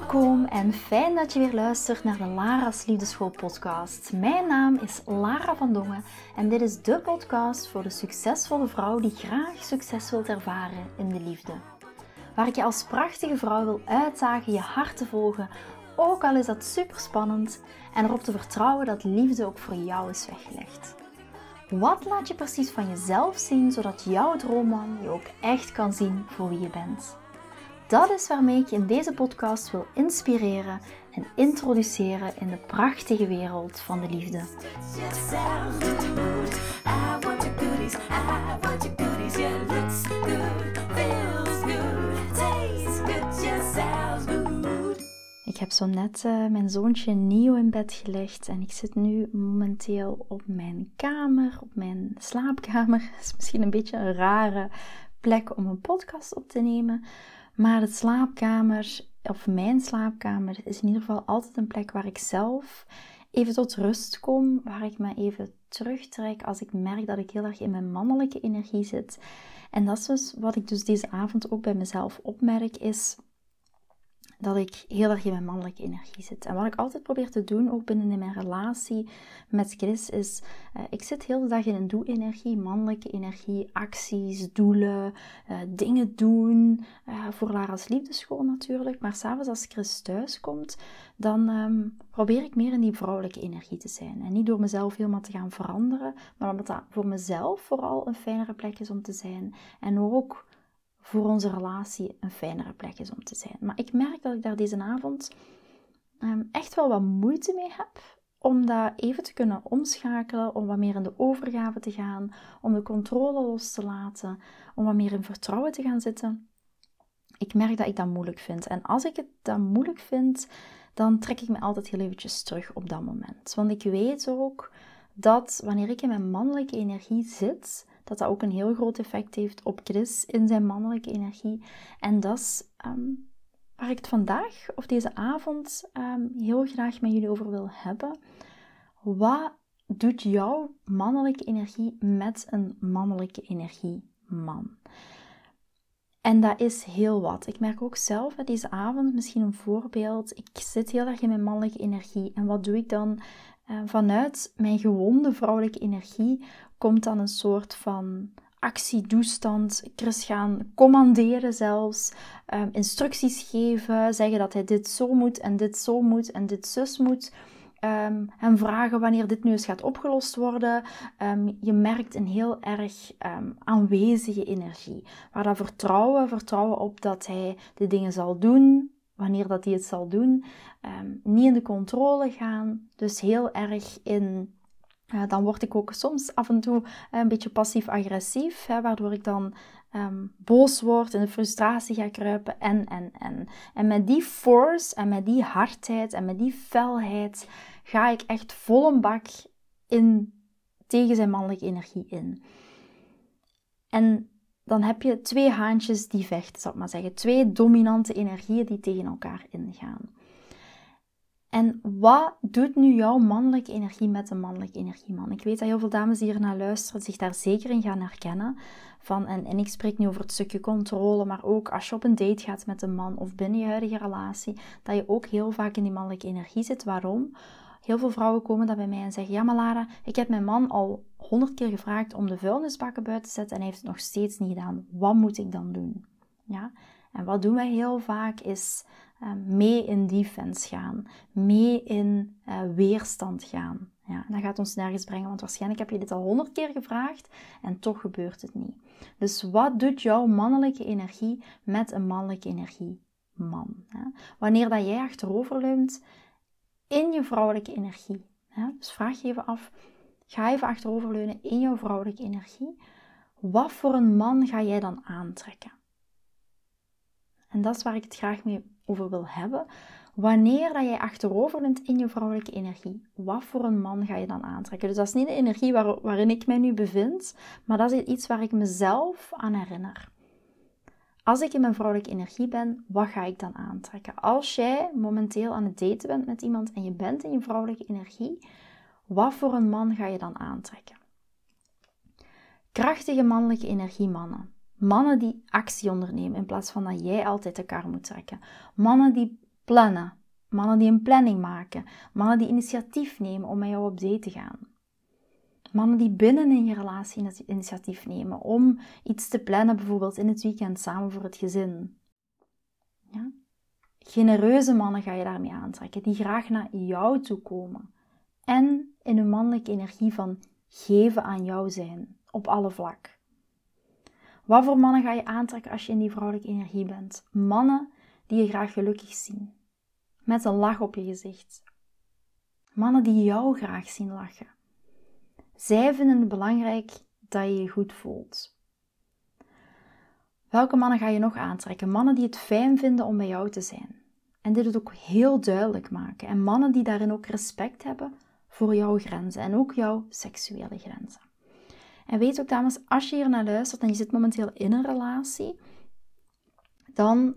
Welkom en fijn dat je weer luistert naar de Lara's Liefdeschool podcast. Mijn naam is Lara van Dongen en dit is de podcast voor de succesvolle vrouw die graag succes wilt ervaren in de liefde. Waar ik je als prachtige vrouw wil uitdagen je hart te volgen, ook al is dat super spannend, en erop te vertrouwen dat liefde ook voor jou is weggelegd. Wat laat je precies van jezelf zien, zodat jouw droomman je ook echt kan zien voor wie je bent? Dat is waarmee ik je in deze podcast wil inspireren en introduceren in de prachtige wereld van de liefde. Ik heb zo net mijn zoontje nieuw in bed gelegd en ik zit nu momenteel op mijn kamer, op mijn slaapkamer. Het is misschien een beetje een rare plek om een podcast op te nemen. Maar de slaapkamer, of mijn slaapkamer, is in ieder geval altijd een plek waar ik zelf even tot rust kom. Waar ik me even terugtrek als ik merk dat ik heel erg in mijn mannelijke energie zit. En dat is dus wat ik dus deze avond ook bij mezelf opmerk, is dat ik heel erg in mijn mannelijke energie zit. En wat ik altijd probeer te doen, ook binnen in mijn relatie met Chris, is ik zit heel de dag in een doe-energie, mannelijke energie, acties, doelen, dingen doen, voor Lara's Liefdeschool natuurlijk. Maar s'avonds als Chris thuis komt, dan probeer ik meer in die vrouwelijke energie te zijn. En niet door mezelf helemaal te gaan veranderen, maar omdat dat voor mezelf vooral een fijnere plek is om te zijn. En ook voor onze relatie een fijnere plek is om te zijn. Maar ik merk dat ik daar deze avond echt wel wat moeite mee heb om dat even te kunnen omschakelen, om wat meer in de overgave te gaan, om de controle los te laten, om wat meer in vertrouwen te gaan zitten. Ik merk dat ik dat moeilijk vind. En als ik het dan moeilijk vind, dan trek ik me altijd heel eventjes terug op dat moment. Want ik weet ook dat wanneer ik in mijn mannelijke energie zit, dat ook een heel groot effect heeft op Chris in zijn mannelijke energie. En dat is waar ik het vandaag of deze avond heel graag met jullie over wil hebben. Wat doet jouw mannelijke energie met een mannelijke energieman? En dat is heel wat. Ik merk ook zelf bij deze avond, misschien een voorbeeld. Ik zit heel erg in mijn mannelijke energie. En wat doe ik dan? Vanuit mijn gewonde vrouwelijke energie komt dan een soort van actiedoestand. Chris gaan commanderen zelfs, instructies geven, zeggen dat hij dit zo moet en dit zo moet en dit zus moet. Hem vragen wanneer dit nu eens gaat opgelost worden. Je merkt een heel erg aanwezige energie. Waar dat vertrouwen op dat hij de dingen zal doen, wanneer dat hij het zal doen. Niet in de controle gaan. Dus heel erg in... dan word ik ook soms af en toe een beetje passief-agressief. Waardoor ik dan boos word, in de frustratie ga kruipen. En met die force en met die hardheid en met die felheid ga ik echt vol een bak tegen zijn mannelijke energie in. En dan heb je twee haantjes die vechten, zal ik maar zeggen. Twee dominante energieën die tegen elkaar ingaan. En wat doet nu jouw mannelijke energie met een mannelijke energieman? Ik weet dat heel veel dames die hier naar luisteren zich daar zeker in gaan herkennen. En ik spreek nu over het stukje controle, maar ook als je op een date gaat met een man of binnen je huidige relatie, dat je ook heel vaak in die mannelijke energie zit. Waarom? Heel veel vrouwen komen dan bij mij en zeggen, ja maar Lara, ik heb mijn man al 100 keer gevraagd om de vuilnisbakken buiten te zetten en hij heeft het nog steeds niet gedaan. Wat moet ik dan doen? Ja? En wat doen wij heel vaak is mee in defense gaan, mee in weerstand gaan. Ja, dat gaat ons nergens brengen, want waarschijnlijk heb je dit al 100 keer gevraagd en toch gebeurt het niet. Dus wat doet jouw mannelijke energie met een mannelijke energieman? Ja? Wanneer dat jij achteroverleunt in je vrouwelijke energie. Ja? Dus vraag je even af, ga even achteroverleunen in jouw vrouwelijke energie. Wat voor een man ga jij dan aantrekken? En dat is waar ik het graag mee over wil hebben. Wanneer dat jij achteroverleunt in je vrouwelijke energie, wat voor een man ga je dan aantrekken? Dus dat is niet de energie waarin ik mij nu bevind, maar dat is iets waar ik mezelf aan herinner. Als ik in mijn vrouwelijke energie ben, wat ga ik dan aantrekken? Als jij momenteel aan het daten bent met iemand en je bent in je vrouwelijke energie, wat voor een man ga je dan aantrekken? Krachtige mannelijke energiemannen. Mannen die actie ondernemen in plaats van dat jij altijd elkaar moet trekken. Mannen die plannen. Mannen die een planning maken. Mannen die initiatief nemen om met jou op date te gaan. Mannen die binnen in je relatie initiatief nemen om iets te plannen, bijvoorbeeld in het weekend samen voor het gezin. Ja? Genereuze mannen ga je daarmee aantrekken, die graag naar jou toe komen. En in hun mannelijke energie van geven aan jou zijn, op alle vlak. Wat voor mannen ga je aantrekken als je in die vrouwelijke energie bent? Mannen die je graag gelukkig zien. Met een lach op je gezicht. Mannen die jou graag zien lachen. Zij vinden het belangrijk dat je je goed voelt. Welke mannen ga je nog aantrekken? Mannen die het fijn vinden om bij jou te zijn. En dit ook heel duidelijk maken. En mannen die daarin ook respect hebben voor jouw grenzen. En ook jouw seksuele grenzen. En weet ook, dames, als je hier naar luistert en je zit momenteel in een relatie, dan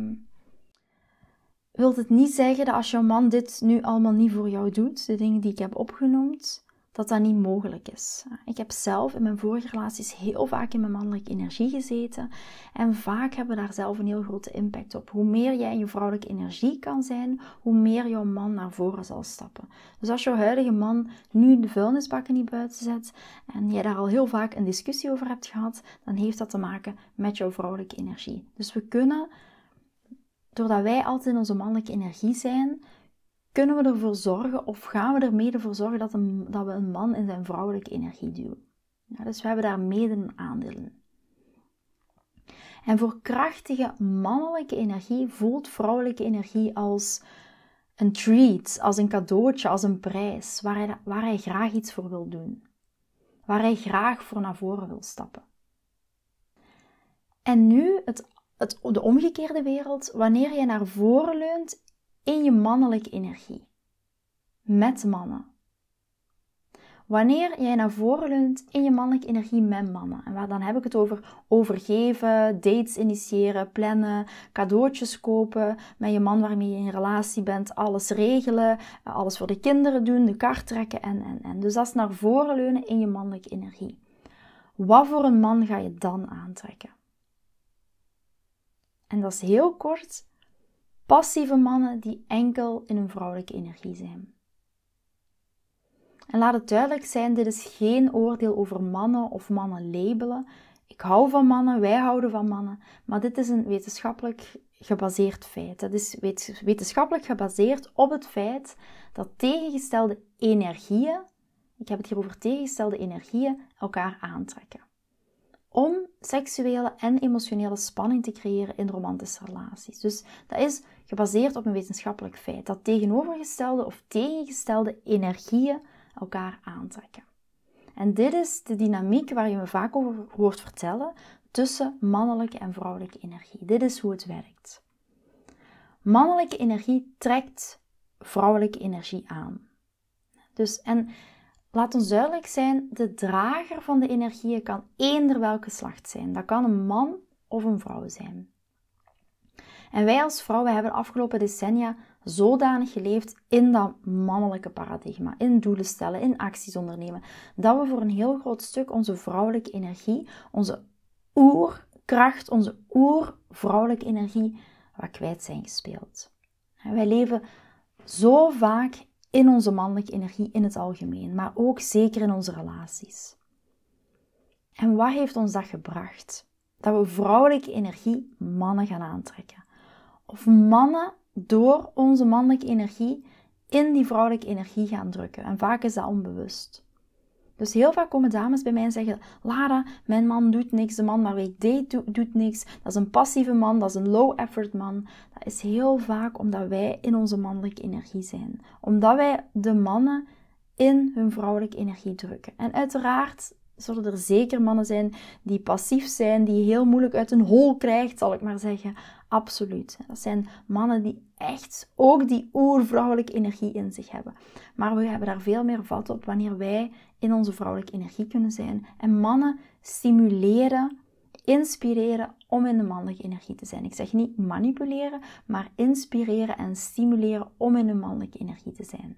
wil het niet zeggen dat als jouw man dit nu allemaal niet voor jou doet, de dingen die ik heb opgenoemd, dat dat niet mogelijk is. Ik heb zelf in mijn vorige relaties heel vaak in mijn mannelijke energie gezeten en vaak hebben we daar zelf een heel grote impact op. Hoe meer jij in je vrouwelijke energie kan zijn, hoe meer jouw man naar voren zal stappen. Dus als jouw huidige man nu de vuilnisbakken niet buiten zet en jij daar al heel vaak een discussie over hebt gehad, dan heeft dat te maken met jouw vrouwelijke energie. Dus we kunnen, doordat wij altijd in onze mannelijke energie zijn, kunnen we ervoor zorgen, of gaan we er mede voor zorgen dat we een man in zijn vrouwelijke energie duwen. Ja, dus we hebben daar mede een aandeel in. En voor krachtige mannelijke energie voelt vrouwelijke energie als een treat, als een cadeautje, als een prijs, waar hij graag iets voor wil doen. Waar hij graag voor naar voren wil stappen. En nu de omgekeerde wereld, wanneer je naar voren leunt in je mannelijke energie. Met mannen. Wanneer jij naar voren leunt in je mannelijke energie met mannen. En dan heb ik het over overgeven, dates initiëren, plannen, cadeautjes kopen, met je man waarmee je in relatie bent, alles regelen, alles voor de kinderen doen, de kar trekken en. Dus dat is naar voren leunen in je mannelijke energie. Wat voor een man ga je dan aantrekken? En dat is heel kort. Passieve mannen die enkel in hun vrouwelijke energie zijn. En laat het duidelijk zijn, dit is geen oordeel over mannen of mannen labelen. Ik hou van mannen, wij houden van mannen. Maar dit is een wetenschappelijk gebaseerd feit. Dat is wetenschappelijk gebaseerd op het feit dat tegengestelde energieën, ik heb het hier over tegengestelde energieën, elkaar aantrekken. Om seksuele en emotionele spanning te creëren in romantische relaties. Dus dat is gebaseerd op een wetenschappelijk feit. Dat tegenovergestelde of tegengestelde energieën elkaar aantrekken. En dit is de dynamiek waar je me vaak over hoort vertellen tussen mannelijke en vrouwelijke energie. Dit is hoe het werkt. Mannelijke energie trekt vrouwelijke energie aan. En laat ons duidelijk zijn, de drager van de energieën kan eender welk geslacht zijn. Dat kan een man of een vrouw zijn. En wij als vrouwen hebben de afgelopen decennia zodanig geleefd in dat mannelijke paradigma, in doelen stellen, in acties ondernemen, dat we voor een heel groot stuk onze vrouwelijke energie, onze oerkracht, onze oervrouwelijke energie, wat kwijt zijn gespeeld. En wij leven zo vaak in onze mannelijke energie in het algemeen, maar ook zeker in onze relaties. En wat heeft ons dat gebracht? Dat we vrouwelijke energie mannen gaan aantrekken. Of mannen door onze mannelijke energie in die vrouwelijke energie gaan drukken. En vaak is dat onbewust. Dus heel vaak komen dames bij mij en zeggen: Lara, mijn man doet niks, de man waarmee ik date doet niks. Dat is een passieve man, dat is een low effort man. Dat is heel vaak omdat wij in onze mannelijke energie zijn. Omdat wij de mannen in hun vrouwelijke energie drukken. En uiteraard zullen er zeker mannen zijn die passief zijn, die je heel moeilijk uit een hol krijgt, zal ik maar zeggen. Absoluut. Dat zijn mannen die echt ook die oervrouwelijke energie in zich hebben. Maar we hebben daar veel meer vat op wanneer wij in onze vrouwelijke energie kunnen zijn. En mannen stimuleren, inspireren om in de mannelijke energie te zijn. Ik zeg niet manipuleren, maar inspireren en stimuleren om in de mannelijke energie te zijn.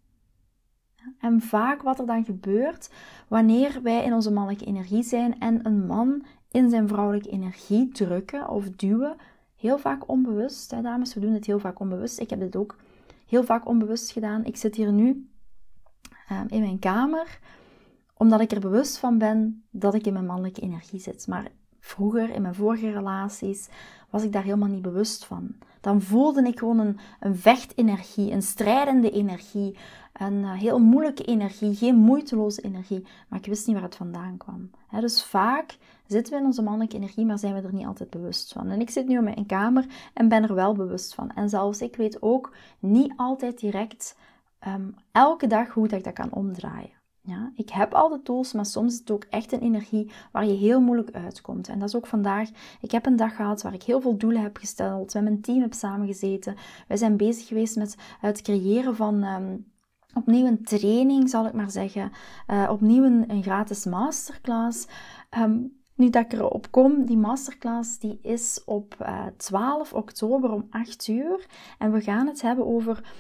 En vaak wat er dan gebeurt wanneer wij in onze mannelijke energie zijn en een man in zijn vrouwelijke energie drukken of duwen, heel vaak onbewust, hè, dames, we doen het heel vaak onbewust. Ik heb dit ook heel vaak onbewust gedaan. Ik zit hier nu in mijn kamer, omdat ik er bewust van ben dat ik in mijn mannelijke energie zit. Maar vroeger, in mijn vorige relaties, was ik daar helemaal niet bewust van. Dan voelde ik gewoon een vechtenergie, een strijdende energie, een heel moeilijke energie, geen moeiteloze energie. Maar ik wist niet waar het vandaan kwam. Dus vaak zitten we in onze mannelijke energie, maar zijn we er niet altijd bewust van. En ik zit nu in mijn kamer en ben er wel bewust van. En zelfs ik weet ook niet altijd direct elke dag hoe dat ik dat kan omdraaien. Ja, ik heb al de tools, maar soms is het ook echt een energie waar je heel moeilijk uitkomt. En dat is ook vandaag. Ik heb een dag gehad waar ik heel veel doelen heb gesteld, met mijn team heb samengezeten. Wij zijn bezig geweest met het creëren van opnieuw een training, zal ik maar zeggen. Opnieuw een gratis masterclass. Nu dat ik erop kom, die masterclass die is op 12 oktober om 8 uur. En we gaan het hebben over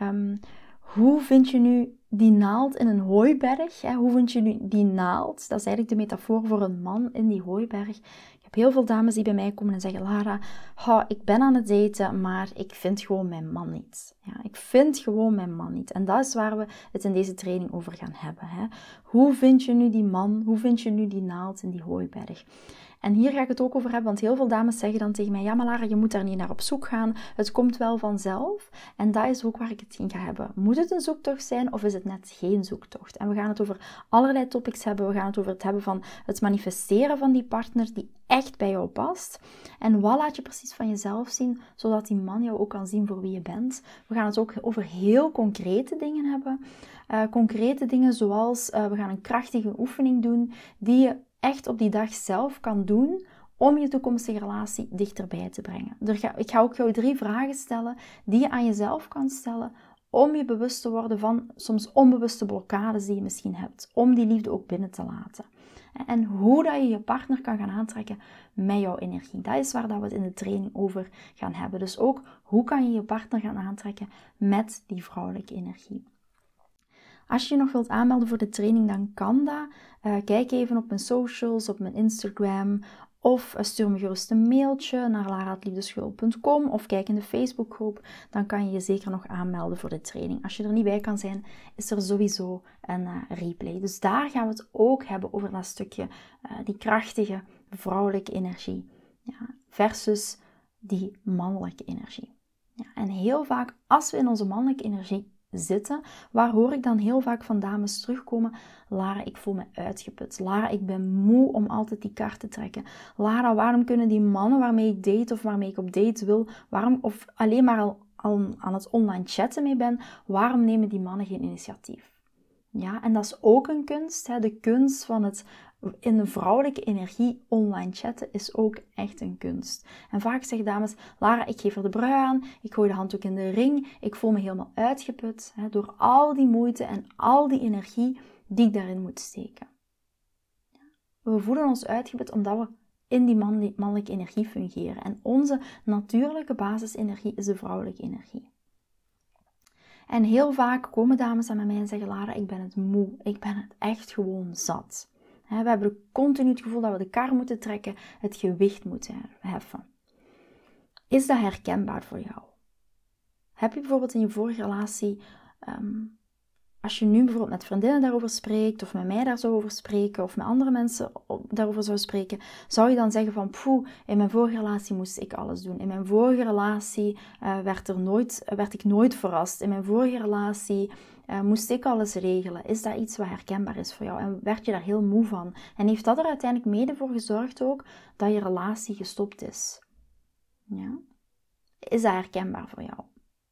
hoe vind je nu die naald in een hooiberg? Hè? Hoe vind je nu die naald? Dat is eigenlijk de metafoor voor een man in die hooiberg. Ik heb heel veel dames die bij mij komen en zeggen: Lara, ik ben aan het daten, maar ik vind gewoon mijn man niet. Ja, ik vind gewoon mijn man niet. En dat is waar we het in deze training over gaan hebben. Hè? Hoe vind je nu die man? Hoe vind je nu die naald in die hooiberg? En hier ga ik het ook over hebben, want heel veel dames zeggen dan tegen mij: ja, maar Lara, je moet daar niet naar op zoek gaan. Het komt wel vanzelf. En dat is ook waar ik het in ga hebben. Moet het een zoektocht zijn of is het net geen zoektocht? En we gaan het over allerlei topics hebben. We gaan het over het hebben van het manifesteren van die partner die echt bij jou past. En wat laat je precies van jezelf zien, zodat die man jou ook kan zien voor wie je bent. We gaan het ook over heel concrete dingen hebben. Concrete dingen zoals, we gaan een krachtige oefening doen die je echt op die dag zelf kan doen om je toekomstige relatie dichterbij te brengen. Ik ga ook jou 3 vragen stellen die je aan jezelf kan stellen om je bewust te worden van soms onbewuste blokkades die je misschien hebt, om die liefde ook binnen te laten. En hoe dat je je partner kan gaan aantrekken met jouw energie. Dat is waar dat we het in de training over gaan hebben. Dus ook, hoe kan je je partner gaan aantrekken met die vrouwelijke energie. Als je je nog wilt aanmelden voor de training, dan kan dat. Kijk even op mijn socials, op mijn Instagram. Of stuur me gerust een mailtje naar lara@liefdeschool.com. Of kijk in de Facebookgroep. Dan kan je je zeker nog aanmelden voor de training. Als je er niet bij kan zijn, is er sowieso een replay. Dus daar gaan we het ook hebben over dat stukje, die krachtige vrouwelijke energie. Ja, versus die mannelijke energie. Ja, en heel vaak, als we in onze mannelijke energie zitten, waar hoor ik dan heel vaak van dames terugkomen: Lara, ik voel me uitgeput. Lara, ik ben moe om altijd die kaart te trekken. Lara, waarom kunnen die mannen waarmee ik date of waarmee ik op date wil, of alleen maar al aan het online chatten mee ben, waarom nemen die mannen geen initiatief? Ja, en dat is ook een kunst. Hè? De kunst van het in de vrouwelijke energie online chatten is ook echt een kunst. En vaak zeggen dames: Lara, ik geef er de brui aan, ik gooi de handdoek in de ring, ik voel me helemaal uitgeput door al die moeite en al die energie die ik daarin moet steken. We voelen ons uitgeput omdat we in die mannelijke energie fungeren. En onze natuurlijke basisenergie is de vrouwelijke energie. En heel vaak komen dames aan mij en zeggen: Lara, ik ben het moe, ik ben het echt gewoon zat. We hebben continu het gevoel dat we de kar moeten trekken, het gewicht moeten heffen. Is dat herkenbaar voor jou? Heb je bijvoorbeeld in je vorige relatie, als je nu bijvoorbeeld met vriendinnen daarover spreekt, of met mij daar zou over spreken, of met andere mensen daarover zou spreken, zou je dan zeggen van: in mijn vorige relatie moest ik alles doen. In mijn vorige relatie werd ik nooit verrast. In mijn vorige relatie moest ik alles regelen. Is dat iets wat herkenbaar is voor jou? En werd je daar heel moe van? En heeft dat er uiteindelijk mede voor gezorgd ook dat je relatie gestopt is? Ja? Is dat herkenbaar voor jou?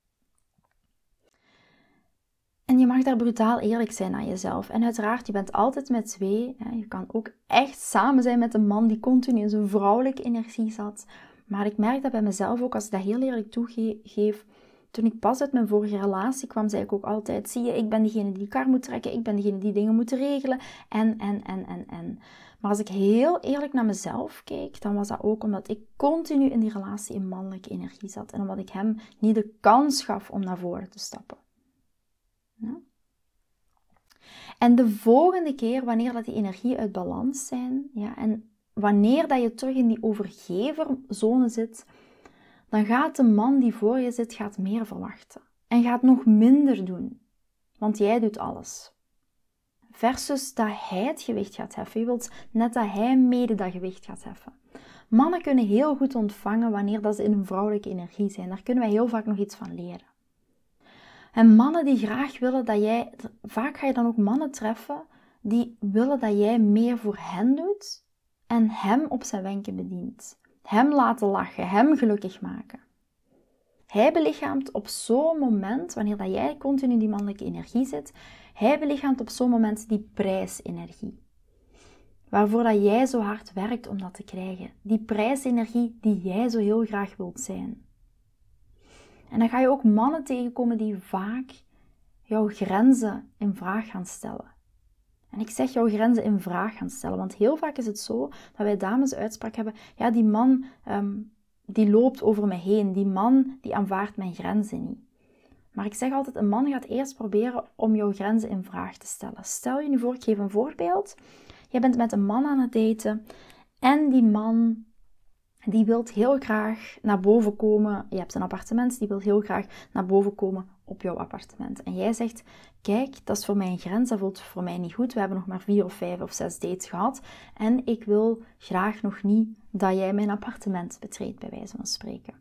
En je mag daar brutaal eerlijk zijn naar jezelf. En uiteraard, je bent altijd met 2. Je kan ook echt samen zijn met een man die continu in zijn vrouwelijke energie zat. Maar ik merk dat bij mezelf ook, als ik dat heel eerlijk toegeef. Toen ik pas uit mijn vorige relatie kwam, zei ik ook altijd: zie je, ik ben degene die kar moet trekken. Ik ben degene die dingen moet regelen. En. Maar als ik heel eerlijk naar mezelf keek, dan was dat ook omdat ik continu in die relatie in mannelijke energie zat. En omdat ik hem niet de kans gaf om naar voren te stappen. Ja. En de volgende keer, wanneer dat die energie uit balans zijn, en wanneer dat je terug in die overgeverzone zit, dan gaat de man die voor je zit gaat meer verwachten. En gaat nog minder doen. Want jij doet alles. Versus dat hij het gewicht gaat heffen. Je wilt net dat hij mede dat gewicht gaat heffen. Mannen kunnen heel goed ontvangen wanneer dat ze in een vrouwelijke energie zijn. Daar kunnen wij heel vaak nog iets van leren. En mannen die graag willen dat jij... Vaak ga je dan ook mannen treffen die willen dat jij meer voor hen doet en hem op zijn wenken bedient. Hem laten lachen, hem gelukkig maken. Hij belichaamt op zo'n moment, wanneer dat jij continu in die mannelijke energie zit, hij belichaamt op zo'n moment die prijsenergie. Waarvoor dat jij zo hard werkt om dat te krijgen. Die prijsenergie die jij zo heel graag wilt zijn. En dan ga je ook mannen tegenkomen die vaak jouw grenzen in vraag gaan stellen. En ik zeg jouw grenzen in vraag gaan stellen, want heel vaak is het zo dat wij dames de uitspraak hebben, ja, die man die loopt over me heen, die man die aanvaardt mijn grenzen niet. Maar ik zeg altijd, een man gaat eerst proberen om jouw grenzen in vraag te stellen. Stel je nu voor, ik geef een voorbeeld. Je bent met een man aan het daten en die man die wil heel graag naar boven komen. Je hebt een appartement, die wil heel graag naar boven komen op jouw appartement. En jij zegt, kijk, dat is voor mij een grens, dat voelt voor mij niet goed. We hebben nog maar 4 of 5 of 6 dates gehad. En ik wil graag nog niet dat jij mijn appartement betreedt, bij wijze van spreken.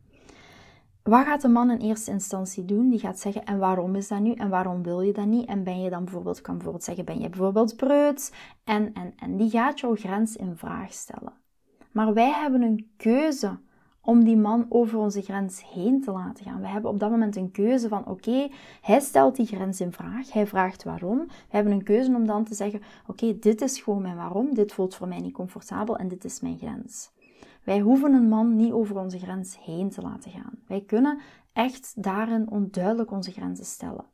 Wat gaat de man in eerste instantie doen? Die gaat zeggen, en waarom is dat nu? En waarom wil je dat niet? En ben je dan bijvoorbeeld, kan bijvoorbeeld zeggen, ben je bijvoorbeeld preuts? En die gaat jouw grens in vraag stellen. Maar wij hebben een keuze om die man over onze grens heen te laten gaan. We hebben op dat moment een keuze van, oké, hij stelt die grens in vraag. Hij vraagt waarom. We hebben een keuze om dan te zeggen, oké, dit is gewoon mijn waarom. Dit voelt voor mij niet comfortabel en dit is mijn grens. Wij hoeven een man niet over onze grens heen te laten gaan. Wij kunnen echt daarin onduidelijk onze grenzen stellen.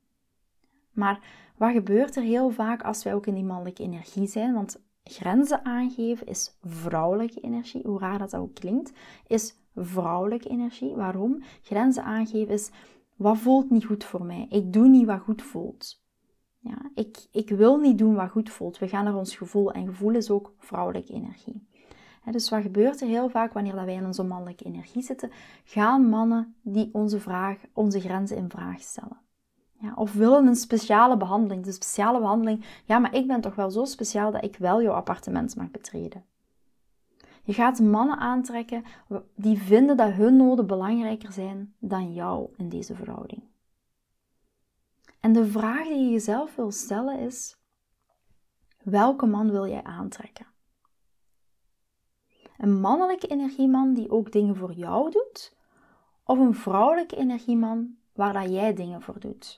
Maar wat gebeurt er heel vaak als wij ook in die mannelijke energie zijn? Want grenzen aangeven is vrouwelijke energie. Hoe raar dat ook klinkt, is vrouwelijke energie. Waarom? Grenzen aangeven is, wat voelt niet goed voor mij? Ik doe niet wat goed voelt. Ja, ik wil niet doen wat goed voelt. We gaan naar ons gevoel. En gevoel is ook vrouwelijke energie. Dus wat gebeurt er heel vaak wanneer wij in onze mannelijke energie zitten? Gaan mannen die onze grenzen in vraag stellen. Ja, of willen een speciale behandeling. De speciale behandeling, ja, maar ik ben toch wel zo speciaal dat ik wel jouw appartement mag betreden. Je gaat mannen aantrekken die vinden dat hun noden belangrijker zijn dan jou in deze verhouding. En de vraag die je jezelf wil stellen is, welke man wil jij aantrekken? Een mannelijke energieman die ook dingen voor jou doet? Of een vrouwelijke energieman waar dat jij dingen voor doet?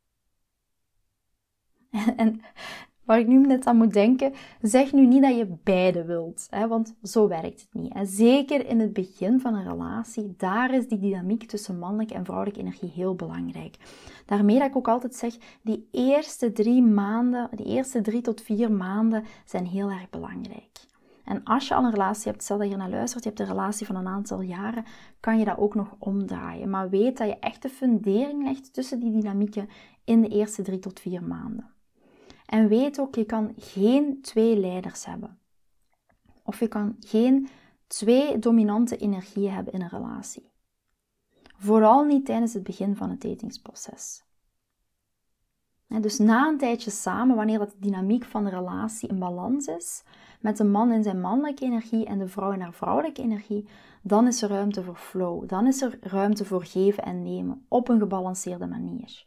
En waar ik nu net aan moet denken, zeg nu niet dat je beide wilt, want zo werkt het niet. Zeker in het begin van een relatie, daar is die dynamiek tussen mannelijke en vrouwelijke energie heel belangrijk. Daarmee dat ik ook altijd zeg, die eerste 3 tot 4 maanden zijn heel erg belangrijk. En als je al een relatie hebt, stel dat je naar luistert, je hebt een relatie van een aantal jaren, kan je dat ook nog omdraaien. Maar weet dat je echt de fundering legt tussen die dynamieken in de eerste 3 tot 4 maanden. En weet ook, je kan geen 2 leiders hebben. Of je kan geen 2 dominante energieën hebben in een relatie. Vooral niet tijdens het begin van het datingsproces. Dus na een tijdje samen, wanneer dat de dynamiek van de relatie in balans is, met de man in zijn mannelijke energie en de vrouw in haar vrouwelijke energie, dan is er ruimte voor flow. Dan is er ruimte voor geven en nemen op een gebalanceerde manier.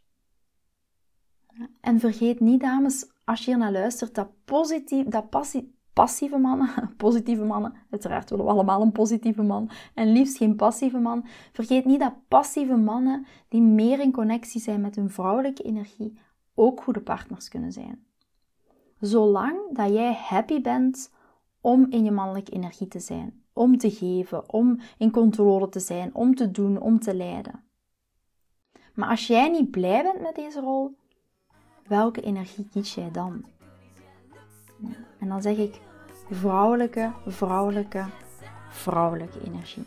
En vergeet niet, dames, als je hier naar luistert, passieve mannen, positieve mannen, uiteraard willen we allemaal een positieve man en liefst geen passieve man. Vergeet niet dat passieve mannen die meer in connectie zijn met hun vrouwelijke energie ook goede partners kunnen zijn. Zolang dat jij happy bent om in je mannelijke energie te zijn, om te geven, om in controle te zijn, om te doen, om te leiden. Maar als jij niet blij bent met deze rol, welke energie kies jij dan? En dan zeg ik vrouwelijke energie.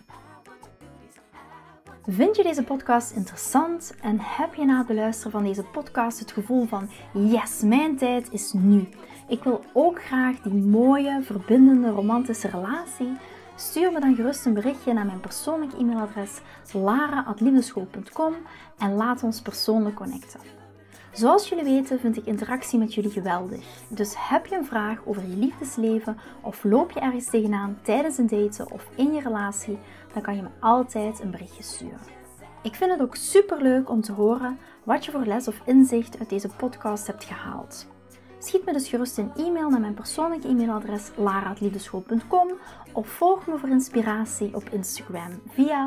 Vind je deze podcast interessant en heb je na het beluisteren van deze podcast het gevoel van yes, mijn tijd is nu. Ik wil ook graag die mooie, verbindende, romantische relatie. Stuur me dan gerust een berichtje naar mijn persoonlijke e-mailadres lara@liefdeschool.com en laat ons persoonlijk connecten. Zoals jullie weten vind ik interactie met jullie geweldig. Dus heb je een vraag over je liefdesleven of loop je ergens tegenaan tijdens een daten of in je relatie, dan kan je me altijd een berichtje sturen. Ik vind het ook super leuk om te horen wat je voor les of inzicht uit deze podcast hebt gehaald. Schiet me dus gerust een e-mail naar mijn persoonlijke e-mailadres lara@liefdeschool.com of volg me voor inspiratie op Instagram via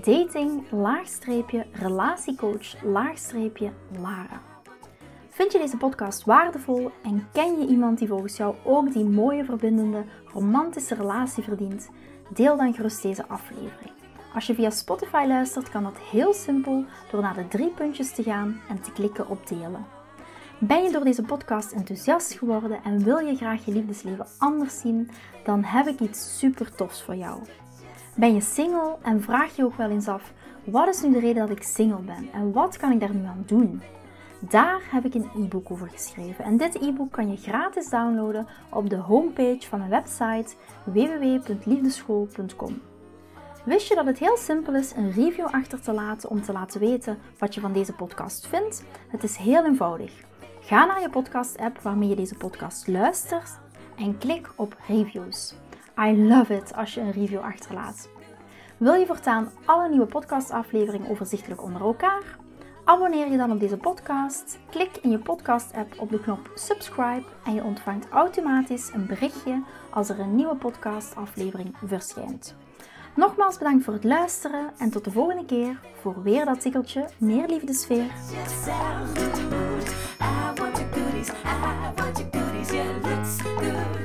dating-relatiecoach-lara. Vind je deze podcast waardevol en ken je iemand die volgens jou ook die mooie, verbindende, romantische relatie verdient? Deel dan gerust deze aflevering. Als je via Spotify luistert, kan dat heel simpel door naar de 3 puntjes te gaan en te klikken op delen. Ben je door deze podcast enthousiast geworden en wil je graag je liefdesleven anders zien, dan heb ik iets super tofs voor jou. Ben je single en vraag je ook wel eens af, wat is nu de reden dat ik single ben en wat kan ik daar nu aan doen? Daar heb ik een e-book over geschreven en dit e-book kan je gratis downloaden op de homepage van mijn website www.liefdeschool.com. Wist je dat het heel simpel is een review achter te laten om te laten weten wat je van deze podcast vindt? Het is heel eenvoudig. Ga naar je podcast-app waarmee je deze podcast luistert en klik op reviews. I love it als je een review achterlaat. Wil je voortaan alle nieuwe podcastafleveringen overzichtelijk onder elkaar? Abonneer je dan op deze podcast, klik in je podcast-app op de knop subscribe en je ontvangt automatisch een berichtje als er een nieuwe podcastaflevering verschijnt. Nogmaals bedankt voor het luisteren en tot de volgende keer voor weer dat tikkeltje meer liefdesfeer. I want your goodies, yeah, looks good.